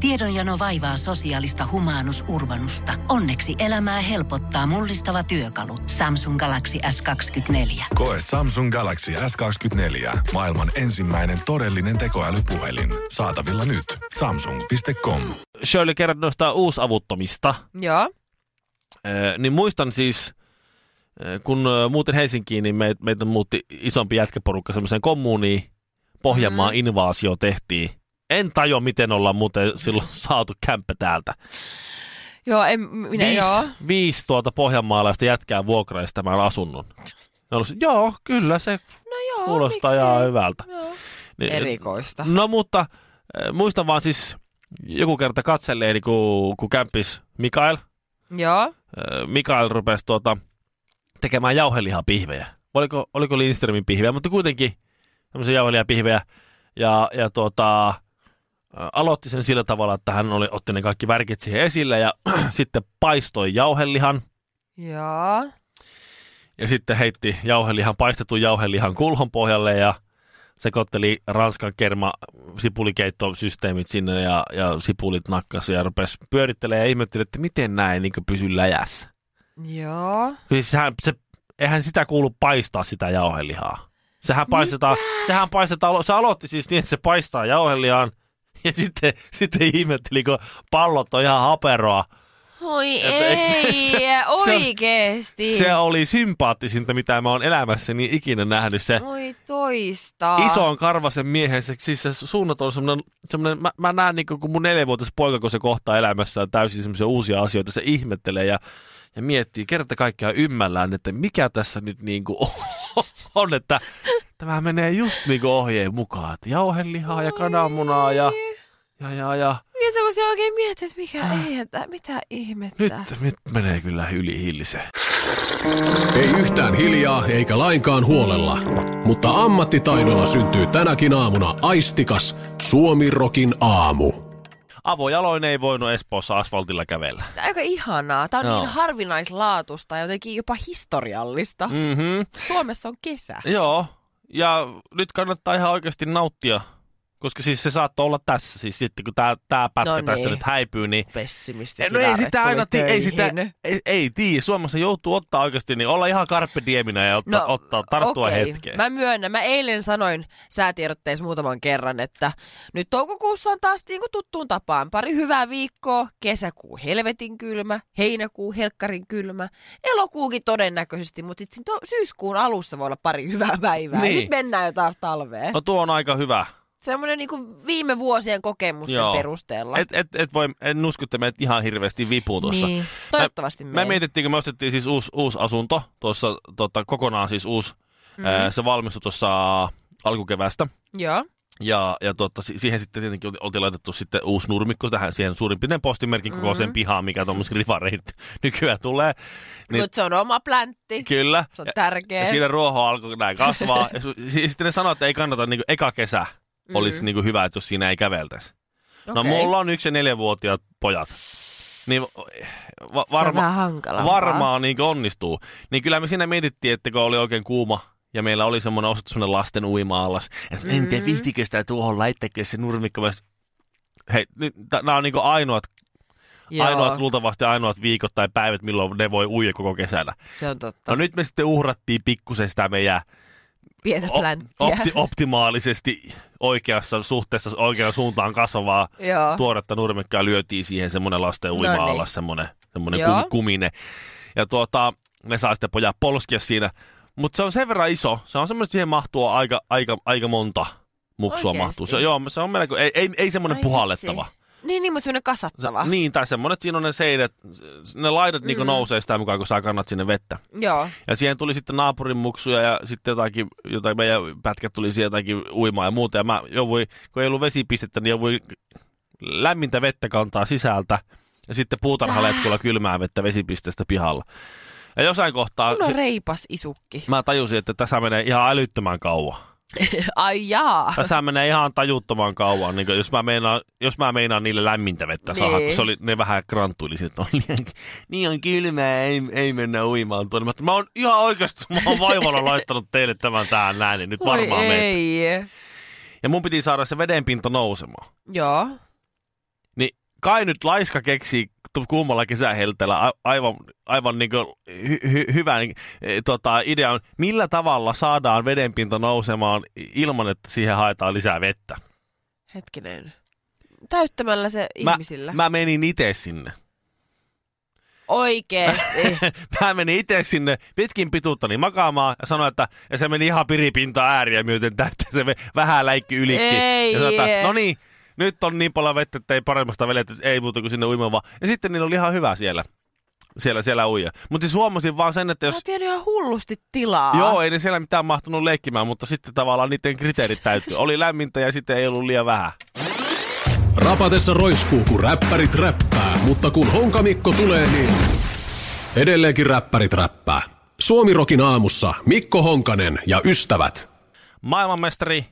Tiedonjano vaivaa sosiaalista humanus urbanusta. Onneksi elämää helpottaa mullistava työkalu. Samsung Galaxy S24. Koe Samsung Galaxy S24. Maailman ensimmäinen todellinen tekoälypuhelin. Saatavilla nyt. Samsung.com. Shirley kerrot noista uusavuttomista. Joo. Niin muistan siis, kun muutin Helsinkiin, niin meitä muutti isompi jätkäporukka semmoiseen kommuuniin. Pohjanmaan invaasio tehtiin. En tajua, miten ollaan muuten silloin saatu kämppä täältä. Joo, Viisi Pohjanmaalaista jätkää vuokraista tämän asunnon. Joo, kyllä se kuulostaa ihan hyvältä. Niin, erikoista. No mutta muistan vaan siis joku kerta katselleeni, kun kämppis Mikael. Joo. Mikael rupesi tekemään jauhelihapihvejä. Oliko Lindströmin pihvejä, mutta kuitenkin tämmöisiä jauhelihapihvejä. Ja aloitti sen sillä tavalla, että hän otti ne kaikki värkit siihen esille ja sitten paistoi jauhelihan. Joo. Ja sitten heitti paistetun jauhelihan kulhon pohjalle ja sekoitteli Ranskan kerma sipulikeittosysteemit sinne ja sipulit nakkasi ja rupesi pyörittelemään ja ihmetteli, että miten näin niin pysyy läjässä. Joo. Siis eihän sitä kuulu paistaa sitä jauhelihaa. Sehän paistetaan, se aloitti siis niin, että se paistaa jauhelihaan ja sitten ihmetteli, kun pallot on ihan haperoa. Oi ei, oikeesti. Se oli sympaattisinta, mitä mä oon elämässäni ikinä nähnyt. Se toista. Ison karvasen miehen, siis se suunnat on semmoinen mä näen niin kun mun 4-vuotias poika, kun se kohtaa elämässään täysin semmoisia uusia asioita, se ihmettelee ja miettii kerta kaikkiaan ymmällään, että mikä tässä nyt niinku on, että tämä menee just niinku ohjeen mukaan, että jauhelihaa ja kananmunaa ja. Ja se kun oikein miettii, että mitä ihmettä. Nyt menee kyllä yli hilse. Ei yhtään hiljaa eikä lainkaan huolella, mutta ammattitaidolla syntyy tänäkin aamuna aistikas Suomi-rokin aamu. Avojaloin ei voinut Espoossa asfaltilla kävellä. Tämä on aika ihanaa. Tämä on niin harvinaislaatuista ja jotenkin jopa historiallista. Mm-hmm. Suomessa on kesä. Joo, ja nyt kannattaa ihan oikeasti nauttia. Koska siis se saattoi olla tässä, siis sitten kun tää pätkä tästä nyt häipyy, niin. Pessimisti. No ei sitä aina, ei tiedä. Suomessa joutuu ottaa oikeasti, niin olla ihan carpe dieminä ja tarttua hetkeen. Mä myönnän. Mä eilen sanoin säätiedotteessa muutaman kerran, että nyt toukokuussa on taas niin kuin tuttuun tapaan. Pari hyvää viikkoa, kesäkuu helvetin kylmä, heinäkuu helkkarin kylmä, elokuukin todennäköisesti, mutta sitten syyskuun alussa voi olla pari hyvää päivää. Niin. Ja sitten mennään jo taas talveen. No tuo on aika hyvä. Semmoinen niinku viime vuosien kokemusten perusteella. En usko, että menet ihan hirveästi vipuun tuossa. Niin, toivottavasti me mietittiin, kun me ostettiin siis uusi asunto, tuossa kokonaan siis uusi, se valmistui tuossa alkukevästä. Joo. Ja siihen sitten tietenkin oltiin laitettu sitten uusi nurmikko siihen suurin piirtein postimerkin kokoiseen pihaan, mikä tuommoisiin rivareihin nykyään tulee. Niin, mutta se on oma pläntti. Kyllä. Se on tärkeä. Ja siinä ruoho alkoi näin kasvaa. Ja sitten ne sanoi, että ei kannata niin eka kesä. Olisi niin kuin hyvä, että jos siinä ei käveltäisi. Okay. No mulla on 1- ja 4-vuotiaat pojat. Niin varmaan niin onnistuu. Niin kyllä me siinä mietittiin, että kun oli oikein kuuma ja meillä oli semmoinen lasten uima-allas. Että en tiedä, vihtikö sitä tuohon, laittaako se nurmikko. Hei, nämä on niin ainoat luultavasti ainoat viikot tai päivät, milloin ne voi uida koko kesänä. Se on totta. No nyt me sitten uhrattiin pikkusen sitä meidän pientä plänttiä. Optimaalisesti oikeassa suhteessa oikeaan suuntaan kasvavaa tuoretta nurmikkoa lyötiin siihen semmoinen lasten uima-allas, semmoinen kumine. Ja ne saa sitten pojat polskia siinä. Mutta se on sen verran iso. Se on semmoinen, että siihen mahtuu aika monta muksua. Mahtuu. Se on melko, ei semmoinen puhallettava. Niin, mutta semmoinen kasattava. Niin, tai semmoinen, että siinä on ne seinät, ne laidat niin nousee sitä mukaan, kun sä kannat sinne vettä. Joo. Ja siihen tuli sitten naapurin muksuja ja sitten jotain meidän pätkät tuli siihen jotakin uimaa ja muuta. Ja mä kun ei ollut vesipistettä, niin jouduin lämmintä vettä kantaa sisältä ja sitten puutarhaletkulla kylmää vettä vesipisteestä pihalla. Ja jossain kohtaa. No reipas isukki. Mä tajusin, että tässä menee ihan älyttömän kauan. Ai jaa. Tässä menee ihan tajuttoman kauan, niin jos mä meinaan niille lämmintä vettä saada, kun ne vähän kranttuili, että on niin on kylmää, ei mennä uimaan tuonne. Mä oon ihan oikeasti, mä oon vaivalla laittanut teille tämän tähän näin, niin nyt varmaan meitä. Ja mun piti saada se vedenpinta nousemaan. Joo. Niin kai nyt laiska keksii kuumalla kesähelteellä aivan niin kuin hyvä idea on, millä tavalla saadaan vedenpinta nousemaan ilman, että siihen haetaan lisää vettä. Hetkinen. Täyttämällä se ihmisillä. Mä menin itse sinne. Oikeesti. Mä menin itse sinne pitkin pituuttani makaamaan ja sanoin, että ja se meni ihan piripintaa ääriä myöten täyttä. Se vähän läikki ylikin. Ja sanoin, että no niin, nyt on niin paljon vettä, että ei paremmasta veljet, että ei muuta kuin sinne uimaan vaan. Ja sitten niillä oli ihan hyvä siellä uija. Mutta siis huomasin vaan sen, että jos... Sä oot vienyt ihan hullusti tilaa. Joo, ei ne siellä mitään mahtunut leikkimään, mutta sitten tavallaan niiden kriteerit täyttyi. Oli lämmintä ja sitten ei ollut liian vähän. Rapatessa roiskuu, kun räppärit räppää, mutta kun Honkamikko tulee, niin edelleenkin räppärit räppää. Suomi-rokin aamussa Mikko Honkanen ja ystävät. Maailmanmestari,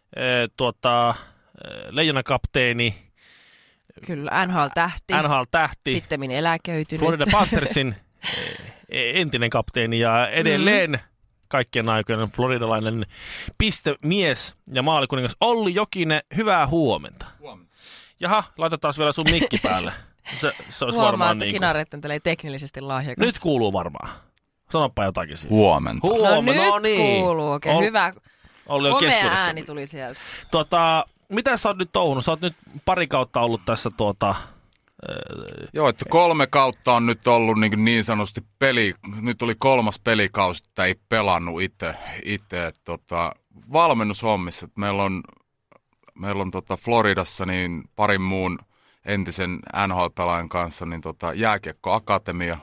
leijonakapteeni. Kyllä, NHL-tähti. Sittemmin eläköitynyt. Florida Panthersin entinen kapteeni ja edelleen kaikkien aikojen floridalainen pistemies ja maalikuningas Olli Jokinen. Hyvää huomenta. Jaha, laitetaan vielä sun mikki päälle. Se olisi varmaan että niin Kinaret on teknillisesti lahjakas. Nyt kuuluu varmaan. Sanoppa jotakin siihen. Huomenta. No nyt kuuluu. Okei, hyvä. Komea ääni tuli sieltä. Mitä sä oot nyt touhunut? Sä oot nyt pari kautta ollut tässä Joo, että 3 kautta on nyt ollut niin sanotusti nyt oli 3. pelikausi, että ei pelannut itse valmennushommissa. Meillä on Floridassa niin parin muun entisen NHL-pelaajan kanssa niin jääkiekkoakatemia.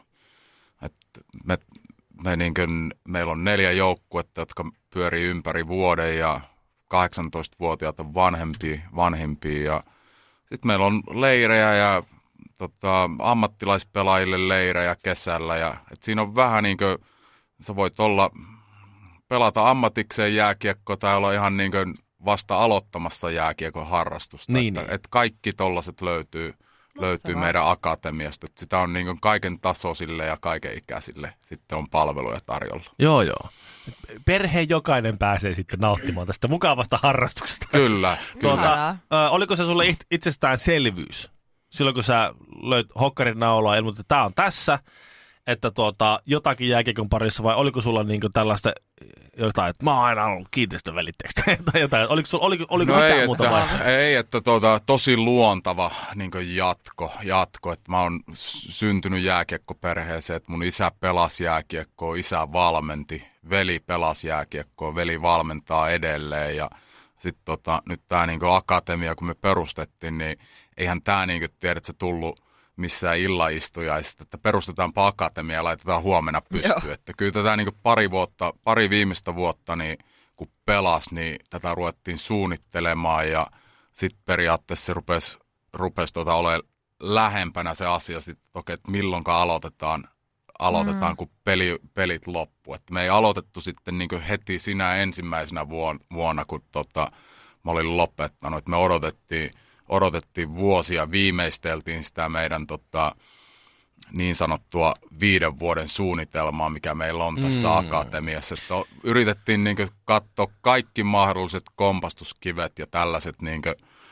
Meillä on 4 joukkuetta, jotka pyörii ympäri vuoden ja 18-vuotiaat on vanhempia. Ja sitten meillä on leirejä ja ammattilaispelaajille leirejä kesällä. Ja, siinä on vähän niin kuin, sä voit pelata ammatikseen jääkiekkoa tai olla ihan niin kuin vasta aloittamassa jääkiekon harrastusta. Niin. Että kaikki tollaset löytyy meidän akatemiasta. Että sitä on niin kuin kaiken tasoisille ja kaiken ikäisille sitten on palveluja tarjolla. Joo. Perheen jokainen pääsee sitten nauttimaan tästä mukavasta harrastuksesta. Kyllä. Oliko se sulle itsestäänselvyys? Silloin kun sä löit hokkarin naulaa ja ilmoitit, että tää on tässä, että jotakin jääkiekon parissa, vai oliko sulla niinku tällaista jotain, että mä oon aina ollut kiinteistövälitteestä tai jotain? Oliko mitään muuta vai? Ei, että tosi luontava niin jatko, että mä oon syntynyt jääkiekkoperheeseen, että mun isä pelasi jääkiekkoa, isä valmenti, veli pelasi jääkiekkoa, veli valmentaa edelleen ja sitten nyt tää niin akatemia, kun me perustettiin, niin eihän tää niin tiedä, että se tullut missään illaistujaisista, että perustetaanpa akatemia ja laitetaan huomenna pystyyn. Että kyllä tätä niin pari viimeistä vuotta, niin kun pelasi, niin tätä ruvettiin suunnittelemaan ja sitten periaatteessa se rupesi olemaan lähempänä se asia sitten, että milloinkaan aloitetaan kun pelit loppu. Että me ei aloitettu sitten niin heti sinä ensimmäisenä vuonna, kun mä olin lopettanut. Että me odotettiin vuosia, viimeisteltiin sitä meidän niin sanottua 5 vuoden suunnitelmaa, mikä meillä on tässä akatemiassa. Että yritettiin niin katsoa kaikki mahdolliset kompastuskivet ja tällaiset niin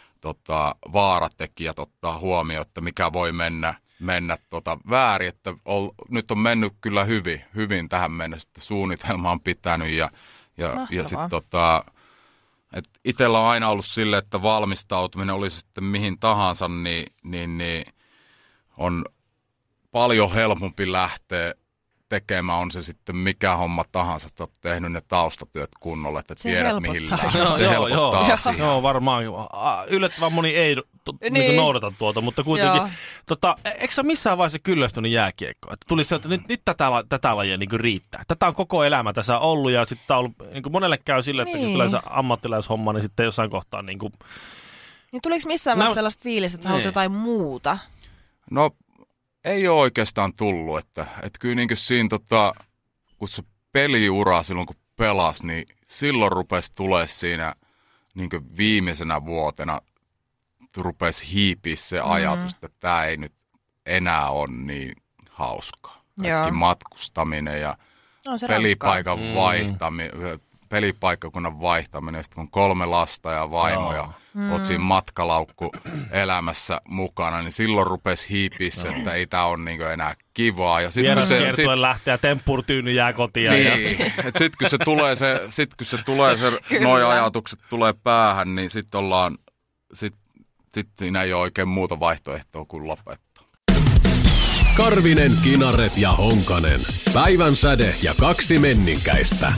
vaaratekijät ottaa huomioon, että mikä voi mennä väärin. Että nyt on mennyt kyllä hyvin tähän mennessä, että suunnitelma on pitänyt ja sitten itsellä on aina ollut sille, että valmistautuminen olisi sitten mihin tahansa, niin on paljon helpompi lähteä tekemään, on se sitten mikä homma tahansa, että olet tehnyt ne taustatyöt kunnolla, että tiedät mihin lähtee. Se helpottaa asiaa. Joo, varmaan. Yllättävän moni ei noudata tuota, mutta kuitenkin. Eikö sä missään vaiheessa kyllästynyt jääkiekkoa? Että tulisi että nyt tätä lajia niin riittää. Tätä on koko elämä tässä ollut ja sitten on ollut, niin monelle käy sille, että kun tulee se ammattilaishomma, niin sitten jossain kohtaa niin tuliko missään vaiheessa sellaista fiilistä, että sä haluat jotain muuta? No, ei ole oikeastaan tullut, että kyllä niin kuin siinä, kun se peliura silloin kun pelasi, niin silloin rupesi tulemaan siinä niin kuin viimeisenä vuotena, rupesi hiipiä se ajatus, että tämä ei nyt enää ole niin hauskaa. Kaikki matkustaminen ja pelipaikan vaihtaminen, pelipaikkakunnan vaihtaminen, sitten kun 3 lasta ja vaimo ja oot siinä matkalaukku elämässä mukana, niin silloin rupesi hiipissä, että ei tää ole niin enää kivaa. Ja Vieraskiertuen lähtee ja temppurtyyny jää kotiin. Niin, että sit kun se tulee noi ajatukset tulee päähän, niin sitten ollaan, sit siinä ei ole oikein muuta vaihtoehtoa kuin lopettaa. Karvinen, Kinaret ja Honkanen. Päivän säde ja 2 menninkäistä.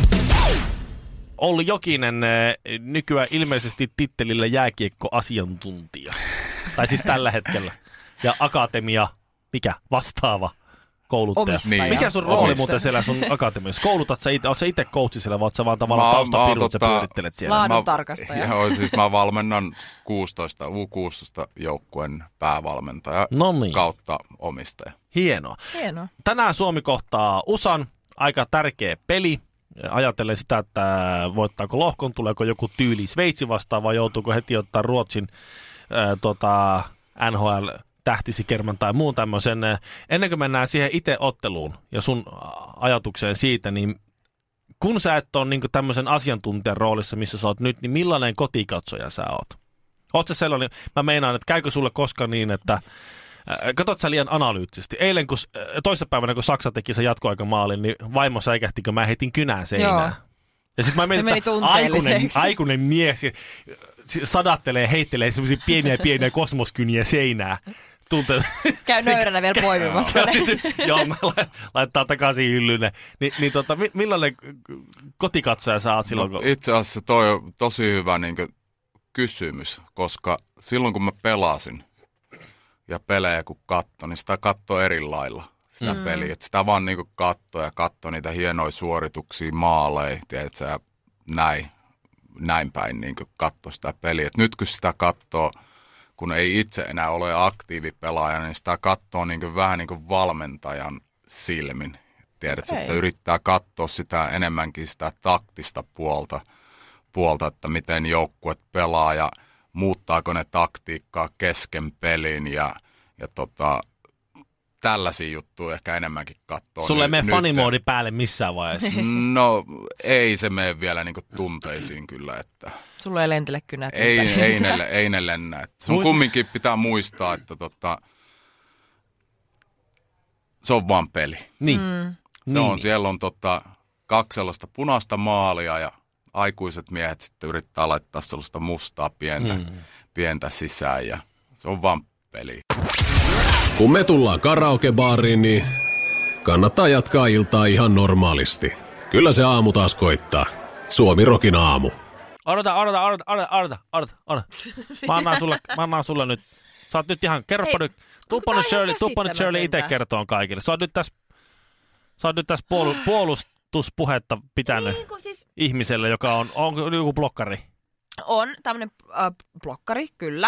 Olli Jokinen, nykyään ilmeisesti tittelillä jääkiekkoasiantuntija. Tai siis tällä hetkellä. Ja akatemia, vastaava kouluttaja. Niin. Mikä sun rooli muuten siellä sun akatemiassa? Koulutat sä itse, oot sä itse coachi siellä, vai oot sä vaan tavallaan taustapirut, sä pyörittelet siellä? Laadun tarkastaja. Siis mä valmennan U16 joukkueen päävalmentaja kautta omistaja. Hienoa. Tänään Suomi kohtaa USAn, aika tärkeä peli. Ajatellen sitä, että voittaako lohkon, tuleeko joku tyyli Sveitsi vastaan vai joutuuko heti ottaa Ruotsin NHL-tähtisikerman tai muun tämmöisen. Ennen kuin mennään siihen itse otteluun ja sun ajatukseen siitä, niin kun sä et ole niin tämmöisen asiantuntijan roolissa, missä sä oot nyt, niin millainen kotikatsoja sä oot? Oot sä sellainen, mä meinaan, että käykö sulle koskaan niin, että katsot sä liian analyyttisesti. Eilen, toissapäivänä, kun Saksa teki sen jatkoaikamaalin, niin vaimo säikähti, kun mä heitin kynää seinään. Joo. Ja sit mä menin, että aikuinen mies sadattelee, heittelee semmosia pieniä kosmoskyniä seinää. Käy nöyränä vielä poimimassa. Joo, mä laittaa takaisin hyllyne. Millainen kotikatsoja sä oot silloin? Itse asiassa toi on tosi hyvä kysymys, koska silloin kun mä pelasin, ja pelejä kun katsoi, niin sitä katsoi eri lailla, sitä peliä. Et sitä vaan niinku katsoi niitä hienoja suorituksia, maaleja, tiedätkö, ja näin päin niinku katsoi sitä peliä. Et nyt kun sitä katsoo, kun ei itse enää ole aktiivipelaaja, niin sitä katsoo niinku vähän niin kuin valmentajan silmin. Tiedätkö, että yrittää katsoa sitä enemmänkin sitä taktista puolta, että miten joukkue pelaa ja muuttaako ne taktiikkaa kesken pelin ja tällaisia juttuja ehkä enemmänkin katsoo. Sulle ei mene fanimoodi päälle missään vaiheessa? No ei se mene vielä niinku tunteisiin kyllä. Että sulla ei lentele kynät. Ei ne lennä. Sun kumminkin pitää muistaa, että se on vaan peli. Niin. Siellä on 2 sellaista punaista maalia ja aikuiset miehet sitten yrittää laittaa sellaista mustaa pientä sisään ja se on vaan peli. Kun me tullaan karaokebaariin, niin kannattaa jatkaa iltaa ihan normaalisti. Kyllä se aamu taas koittaa. Suomi Rokin aamu. Odota. Mä annan sulle nyt. Sä oot nyt ihan, kerropa nyt. Tuppa nyt Shirley itse kertoo kaikille. Sä oot nyt tässä puolustuspuhetta pitänyt ihmiselle, joka on joku blokkari. On tämmönen blokkari, kyllä.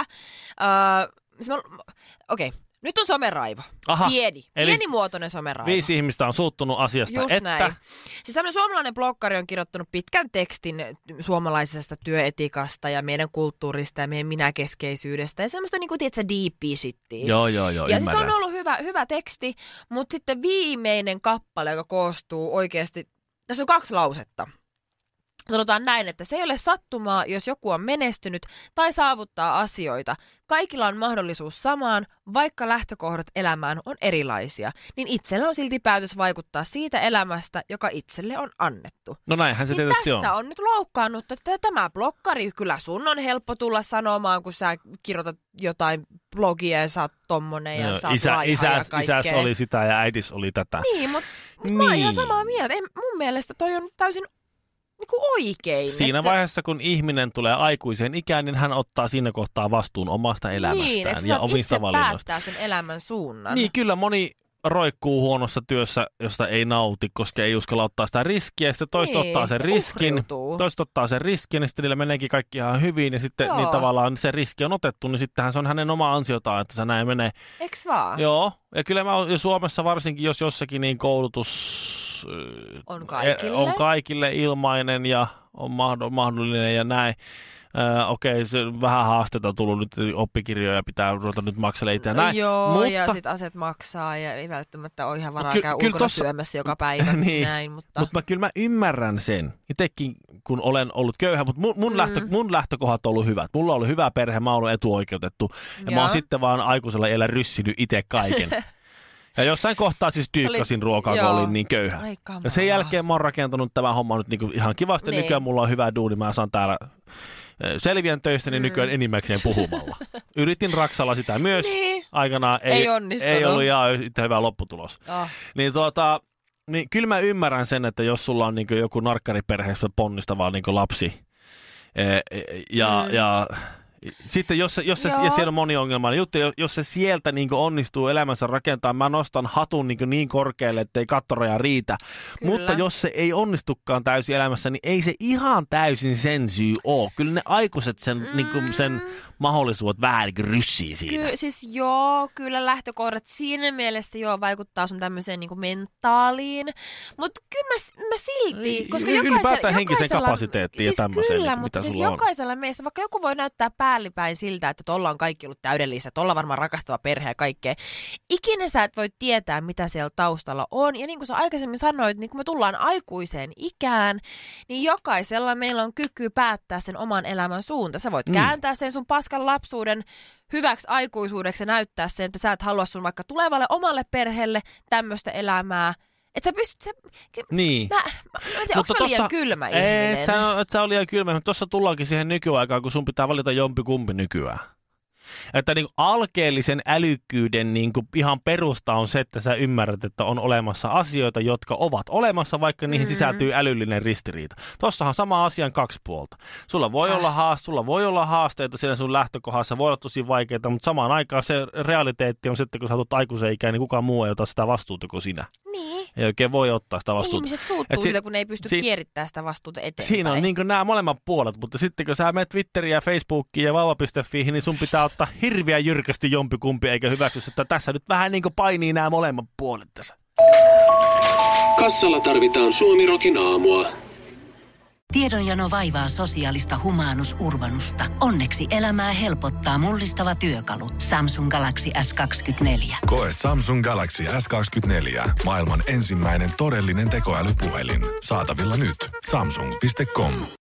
Okei. Nyt on someraivo. Aha, pienimuotoinen someraivo. 5 ihmistä on suuttunut asiasta, just että näin. Siis tämmöinen suomalainen blokkari on kirjoittanut pitkän tekstin suomalaisesta työetikasta ja meidän kulttuurista ja meidän minäkeskeisyydestä ja semmoista niinku tiedätkö deepia shittiä. Joo, ja ymmärrän. siis on ollut hyvä teksti, mutta sitten viimeinen kappale, joka koostuu oikeasti, tässä on 2 lausetta. Sanotaan näin, että se ei ole sattumaa, jos joku on menestynyt tai saavuttaa asioita. Kaikilla on mahdollisuus samaan, vaikka lähtökohdat elämään on erilaisia. Niin itsellä on silti päätös vaikuttaa siitä elämästä, joka itselle on annettu. No näinhän se niin tietysti tästä on nyt loukkaannut, että tämä blokkari, kyllä sun on helppo tulla sanomaan, kun sä kirjoitat jotain blogia ja sä oot tommonen ja sä oot laiha ja kaikkea. Isäs oli sitä ja äitis oli tätä. Niin, mutta mä oon ihan samaa mieltä. Mun mielestä toi on täysin niinku oikein. Siinä vaiheessa, kun ihminen tulee aikuiseen ikään, niin hän ottaa siinä kohtaa vastuun omasta elämästään niin, ja omista valinnoista. Niin, että päättää sen elämän suunnan. Niin, kyllä moni roikkuu huonossa työssä, josta ei nauti, koska ei uskalla ottaa sitä riskiä. Sitten toista ottaa sen riskin, ja sitten niillä meneekin kaikki ihan hyvin, ja sitten niin tavallaan se riski on otettu, niin sittenhän se on hänen oma ansiotaan, että se näin menee. Eiks vaan? Joo, ja kyllä ja Suomessa varsinkin, jos jossakin niin koulutus on kaikille ilmainen ja on mahdollinen ja näin. Okei, se vähän haasteita on tullut nyt, oppikirjoja pitää ruveta nyt makselemaan ja näin. Joo, mutta... ja sitten aset maksaa ja ei välttämättä ole ihan varaa käydä ulkona syömässä joka päivä. Niin. Näin, mutta Kyllä mä ymmärrän sen. Itsekin, kun olen ollut köyhä, mutta mun lähtökohdat on ollut hyvät. Mulla on ollut hyvä perhe, mä oon ollut etuoikeutettu. Ja mä oon sitten vaan aikuisella iällä ryssinyt itse kaiken. Ja jossain kohtaa siis dyykkasin ruokaa, kun olin niin köyhä. Ja sen jälkeen mä oon rakentanut tämän homman nyt niinku ihan kivasti. Niin. Nykyään mulla on hyvä duuni, mä saan täällä selviän töistäni nykyään enimmäkseen puhumalla. Yritin Raksalla sitä myös aikanaan. Ei ollut ihan yhtä hyvä lopputulos. Niin kyllä mä ymmärrän sen, että jos sulla on niinku joku narkkariperheestä ponnistava niinku lapsi ja sitten jos se ja siellä on moniongelmainen juttu, jos se sieltä niin onnistuu elämänsä rakentaa, mä nostan hatun niin korkealle, ettei kattoraja riitä. Kyllä. Mutta jos se ei onnistukaan täysin elämässä, niin ei se ihan täysin sen syy ole. Kyllä ne aikuiset sen, sen mahdollisuudet vähän ryssii siinä. Kyllä lähtökohdat siinä mielessä vaikuttaa sun tämmöiseen niin mentaaliin. Mutta kyllä mä silti, koska ylipäätään henkisen kapasiteettiin siis ja tämmöiseen. Kyllä, mutta siis jokaisella meistä, vaikka joku voi näyttää päällipäin siltä, että tolla on kaikki ollut täydellistä, tolla on varmaan rakastava perhe ja kaikkea. Ikinä sä et voi tietää, mitä siellä taustalla on. Ja niin kuin sä aikaisemmin sanoit, niin kun me tullaan aikuiseen ikään, niin jokaisella meillä on kyky päättää sen oman elämän suunta. Sä voit kääntää sen sun paskan lapsuuden hyväksi aikuisuudeksi ja näyttää sen, että sä et halua sun vaikka tulevalle omalle perheelle tämmöistä elämää. Että sä pystyt... Niin. Mä en tiedä, onko mä liian kylmä ihminen? Et sä ole liian kylmä, mutta tuossa tullaankin siihen nykyaikaan, kun sun pitää valita jompikumpi nykyään. Että niin alkeellisen älykkyyden niin ihan perusta on se, että sä ymmärrät, että on olemassa asioita, jotka ovat olemassa, vaikka niihin sisältyy älyllinen ristiriita. Tossahan sama asian kaksi puolta. Sulla voi olla haasteita siinä sun lähtökohdassa, voi olla tosi vaikeita, mutta samaan aikaan se realiteetti on sitten, kun sä olet aikuisen ikään, niin kukaan muu ei ota sitä vastuuta kuin sinä. Niin. Ei oikein voi ottaa sitä vastuuta. Ihmiset suuttuu sitä, kun ne ei pysty kierittämään sitä vastuuta eteenpäin. Siinä on niin nämä molemmat puolet, mutta sitten kun sä menet Twitteriin ja Facebookiin ja vauva.fiihin, niin sun pitää ottaa hirveän jyrkästi jompikumpi, eikä hyväksy, että tässä nyt vähän niin kuin painii nämä molemmat puolet tässä. Kassalla tarvitaan Suomi-rokin aamua. Tiedonjano vaivaa sosiaalista humanus urbanusta. Onneksi elämää helpottaa mullistava työkalu. Samsung Galaxy S24. Koe Samsung Galaxy S24. Maailman ensimmäinen todellinen tekoälypuhelin. Saatavilla nyt. Samsung.com.